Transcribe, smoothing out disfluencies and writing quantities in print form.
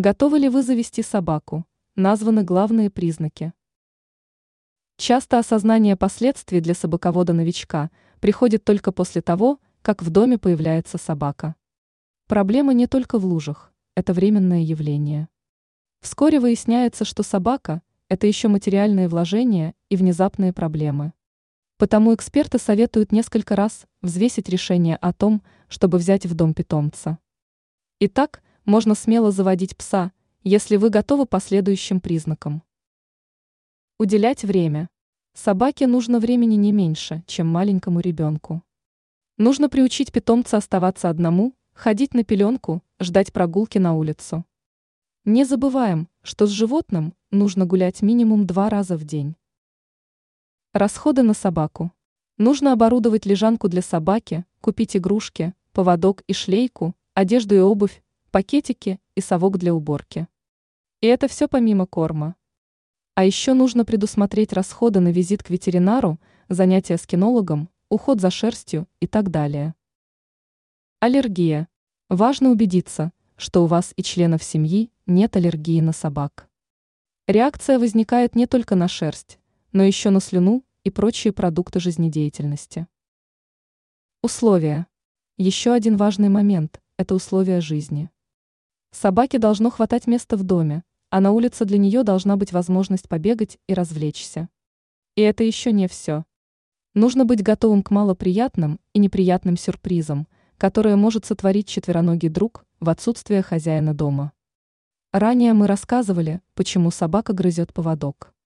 Готовы ли вы завести собаку? Названы главные признаки. Часто осознание последствий для собаковода-новичка приходит только после того, как в доме появляется собака. Проблема не только в лужах, это временное явление. Вскоре выясняется, что собака – это еще материальные вложения и внезапные проблемы. Потому эксперты советуют несколько раз взвесить решение о том, чтобы взять в дом питомца. Итак, можно смело заводить пса, если вы готовы по следующим признакам. Уделять время. Собаке нужно времени не меньше, чем маленькому ребенку. Нужно приучить питомца оставаться одному, ходить на пеленку, ждать прогулки на улицу. Не забываем, что с животным нужно гулять минимум 2 раза в день. Расходы на собаку. Нужно оборудовать лежанку для собаки, купить игрушки, поводок и шлейку, одежду и обувь, пакетики и совок для уборки. И это все помимо корма. А еще нужно предусмотреть расходы на визит к ветеринару, занятия с кинологом, уход за шерстью и так далее. Аллергия. Важно убедиться, что у вас и членов семьи нет аллергии на собак. Реакция возникает не только на шерсть, но еще на слюну и прочие продукты жизнедеятельности. Условия. Еще один важный момент – это условия жизни. Собаке должно хватать места в доме, а на улице для нее должна быть возможность побегать и развлечься. И это еще не все. Нужно быть готовым к малоприятным и неприятным сюрпризам, которые может сотворить четвероногий друг в отсутствие хозяина дома. Ранее мы рассказывали, почему собака грызет поводок.